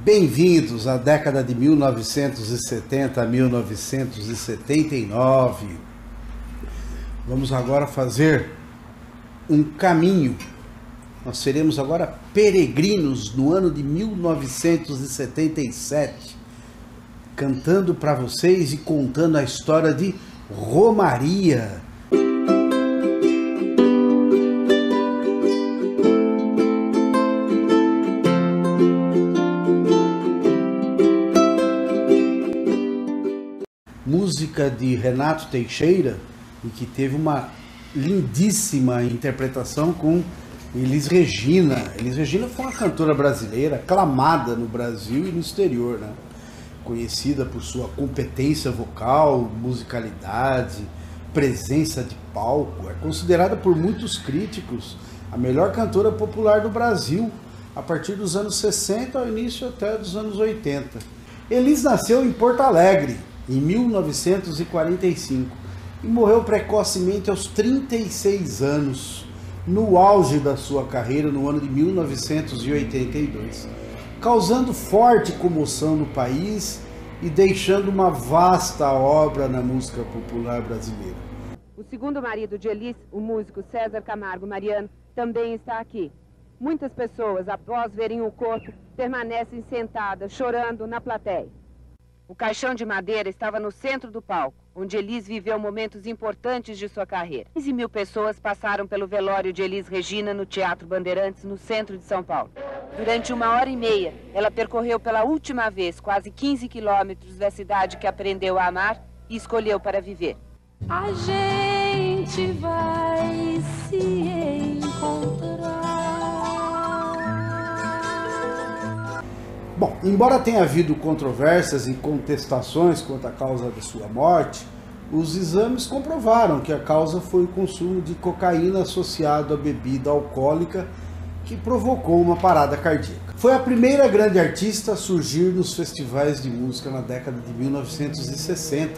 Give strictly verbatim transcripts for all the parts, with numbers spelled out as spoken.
Bem-vindos à década de mil novecentos e setenta a mil novecentos e setenta e nove. Vamos agora fazer um caminho. Nós seremos agora peregrinos no ano de mil novecentos e setenta e sete, cantando para vocês e contando a história de Romaria. Música de Renato Teixeira, e que teve uma lindíssima interpretação com Elis Regina. Elis Regina foi uma cantora brasileira aclamada no Brasil e no exterior, né? Conhecida por sua competência vocal, musicalidade, presença de palco. É considerada por muitos críticos a melhor cantora popular do Brasil, a partir dos anos sessenta ao início até dos anos oitenta. Elis nasceu em Porto Alegre, em mil novecentos e quarenta e cinco, e morreu precocemente aos trinta e seis anos, no auge da sua carreira no ano de mil novecentos e oitenta e dois, causando forte comoção no país e deixando uma vasta obra na música popular brasileira. O segundo marido de Elis, o músico César Camargo Mariano, também está aqui. Muitas pessoas, após verem o corpo, permanecem sentadas, chorando na plateia. O caixão de madeira estava no centro do palco, onde Elis viveu momentos importantes de sua carreira. quinze mil pessoas passaram pelo velório de Elis Regina no Teatro Bandeirantes, no centro de São Paulo. Durante uma hora e meia, ela percorreu pela última vez quase quinze quilômetros da cidade que aprendeu a amar e escolheu para viver. A gente vai se encontrar. Bom, embora tenha havido controvérsias e contestações quanto à causa da sua morte, os exames comprovaram que a causa foi o consumo de cocaína associado à bebida alcoólica que provocou uma parada cardíaca. Foi a primeira grande artista a surgir nos festivais de música na década de mil novecentos e sessenta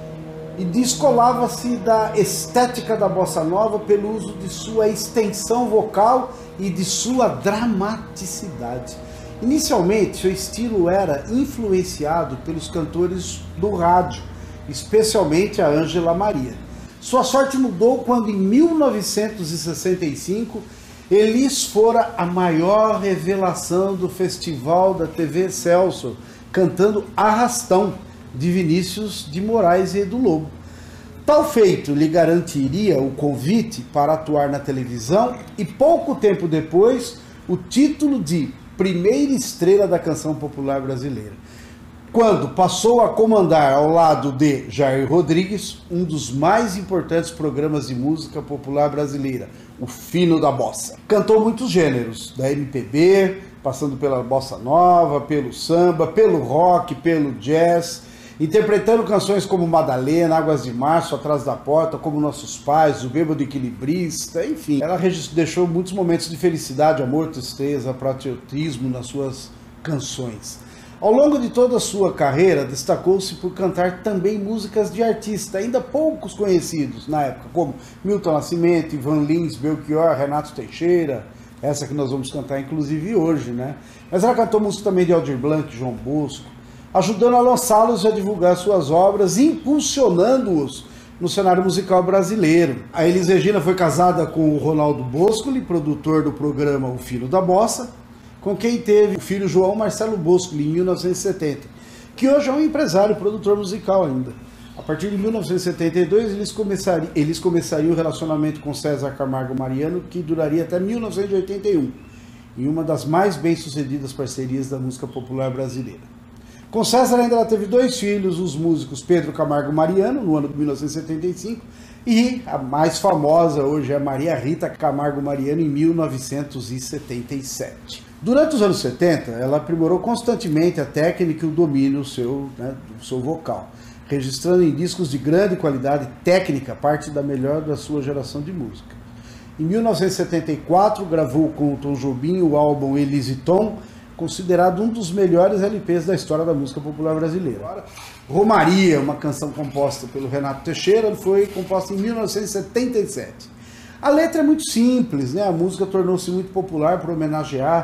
e descolava-se da estética da bossa nova pelo uso de sua extensão vocal e de sua dramaticidade. Inicialmente, seu estilo era influenciado pelos cantores do rádio, especialmente a Ângela Maria. Sua sorte mudou quando, em mil novecentos e sessenta e cinco, Elis fora a maior revelação do festival da T V Celso, cantando Arrastão, de Vinícius de Moraes e Edu Lobo. Tal feito lhe garantiria o convite para atuar na televisão e, pouco tempo depois, o título de primeira estrela da canção popular brasileira, quando passou a comandar ao lado de Jair Rodrigues um dos mais importantes programas de música popular brasileira, o Fino da Bossa. Cantou muitos gêneros, da M P B, passando pela bossa nova, pelo samba, pelo rock, pelo jazz, interpretando canções como Madalena, Águas de Março, Atrás da Porta, Como Nossos Pais, O Bêbado Equilibrista, enfim. Ela deixou muitos momentos de felicidade, amor, tristeza, patriotismo nas suas canções. Ao longo de toda a sua carreira, destacou-se por cantar também músicas de artista, ainda poucos conhecidos na época, como Milton Nascimento, Ivan Lins, Belchior, Renato Teixeira, essa que nós vamos cantar inclusive hoje, né? Mas ela cantou música também de Aldir Blanc, João Bosco, ajudando a lançá-los e a divulgar suas obras, impulsionando-os no cenário musical brasileiro. A Elis Regina foi casada com o Ronaldo Boscoli, produtor do programa O Filho da Bossa, com quem teve o filho João Marcelo Boscoli em mil novecentos e setenta, que hoje é um empresário e produtor musical ainda. A partir de mil novecentos e setenta e dois, eles começariam, eles começariam o relacionamento com César Camargo Mariano, que duraria até mil novecentos e oitenta e um, em uma das mais bem-sucedidas parcerias da música popular brasileira. Com César ainda ela teve dois filhos, os músicos Pedro Camargo Mariano, no ano de mil novecentos e setenta e cinco, e a mais famosa hoje é Maria Rita Camargo Mariano, em mil novecentos e setenta e sete. Durante os anos setenta, ela aprimorou constantemente a técnica e o domínio seu, né, do seu vocal, registrando em discos de grande qualidade técnica parte da melhor da sua geração de música. Em mil novecentos e setenta e quatro, gravou com o Tom Jobim o álbum Elis e Tom, considerado um dos melhores L Ps da história da música popular brasileira. Romaria, uma canção composta pelo Renato Teixeira, foi composta em mil novecentos e setenta e sete. A letra é muito simples, né? A música tornou-se muito popular por homenagear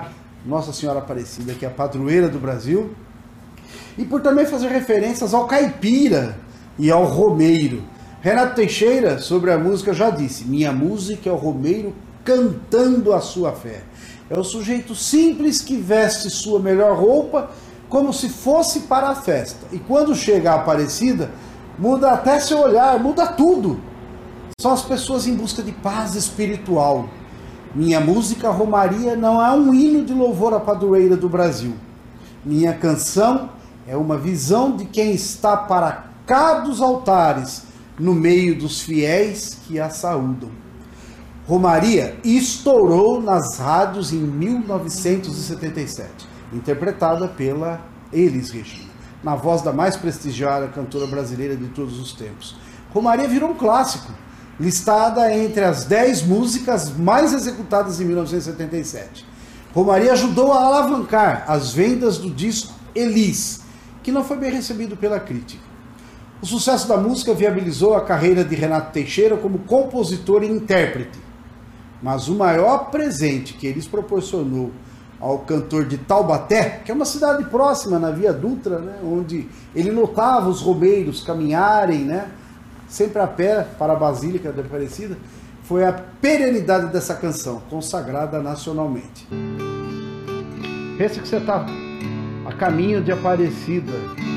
Nossa Senhora Aparecida, que é a padroeira do Brasil, e por também fazer referências ao caipira e ao romeiro. Renato Teixeira, sobre a música, já disse: minha música é o romeiro cantando a sua fé. É o sujeito simples que veste sua melhor roupa como se fosse para a festa. E quando chega a Aparecida, muda até seu olhar, muda tudo. São as pessoas em busca de paz espiritual. Minha música Romaria não é um hino de louvor à padroeira do Brasil. Minha canção é uma visão de quem está para cá dos altares, no meio dos fiéis que a saúdam. Romaria estourou nas rádios em mil novecentos e setenta e sete, interpretada pela Elis Regina, na voz da mais prestigiada cantora brasileira de todos os tempos. Romaria virou um clássico, listada entre as dez músicas mais executadas em mil novecentos e setenta e sete. Romaria ajudou a alavancar as vendas do disco Elis, que não foi bem recebido pela crítica. O sucesso da música viabilizou a carreira de Renato Teixeira como compositor e intérprete. Mas o maior presente que Elis proporcionou ao cantor de Taubaté, que é uma cidade próxima na Via Dutra, né, onde ele notava os romeiros caminharem, né, sempre a pé para a Basílica da Aparecida, foi a perenidade dessa canção, consagrada nacionalmente. Pensa que você está a caminho de Aparecida.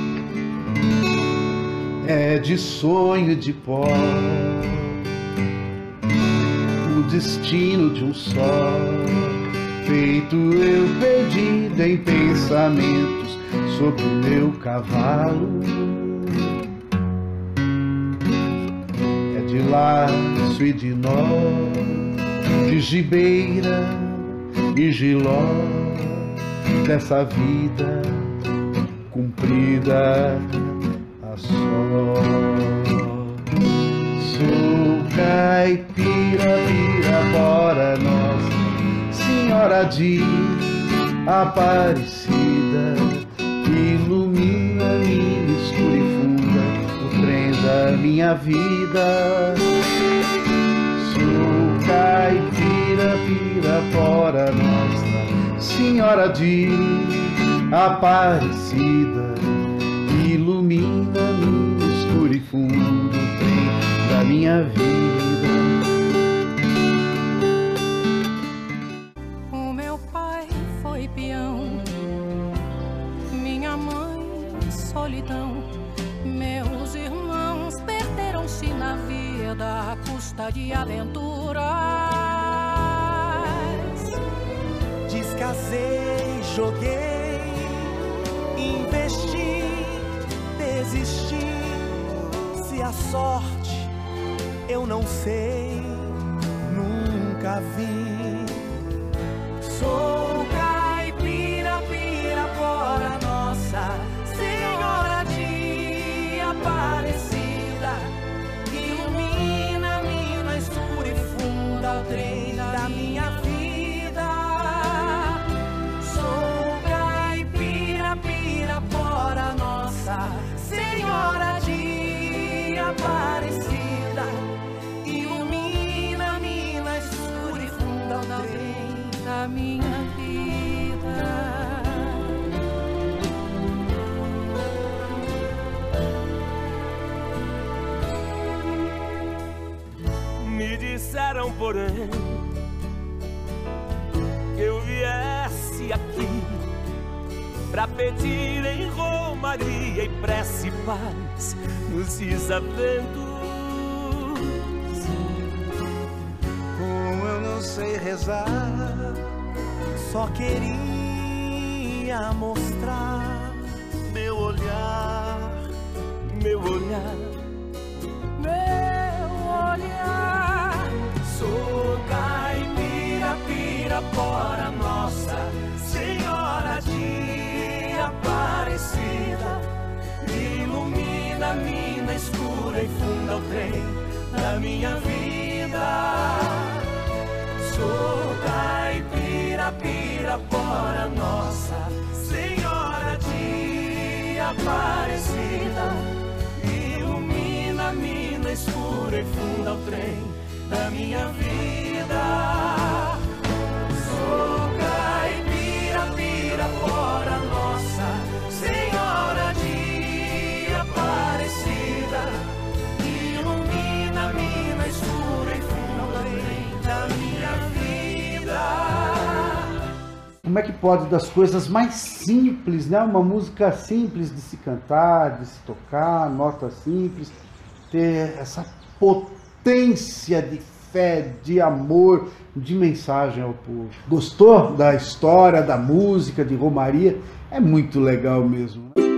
É de sonho de pó o destino de um só, feito eu perdido em pensamentos sobre o meu cavalo. É de laço e de nó, de gibeira e giló, dessa vida cumprida a só. Sou caipira, Pirapora, Nossa Senhora de Aparecida, ilumina minha escura e funda o trem da minha vida. Sou caipira, Pirapora, Nossa Senhora de Aparecida, ilumina minha escura e fundo o trem da minha vida. O meu pai foi peão, minha mãe solidão, meus irmãos perderam-se na vida à custa de aventuras. Descasei, joguei, investi, desisti. Se a sorte eu não sei, nunca vi. Sou caipira, Pirapora, Nossa Senhora de Aparecida, ilumina mina escura e funda o trem da minha vida. Sou caipira, Pirapora, Nossa Senhora de Aparecida, ilumina mina escura e funda o trem da minha vida. Me disseram, porém, que eu viesse aqui pra pedir em romaria e prece paz nos desaventos. Como eu não sei rezar, só queria mostrar meu olhar, meu olhar, meu olhar. Sou caipira, Pirapora, Nossa Senhora de Aparecida, ilumina a mina escura e funda o trem da minha vida. Sou caipira, Pirapora, Nossa Senhora de Aparecida, ilumina a mina escura e funda o trem da minha vida. Sou caipira, como é que pode, das coisas mais simples, né? Uma música simples de se cantar, de se tocar, notas simples, ter essa potência de fé, de amor, de mensagem ao povo. Gostou da história, da música, de Romaria? É muito legal mesmo, né?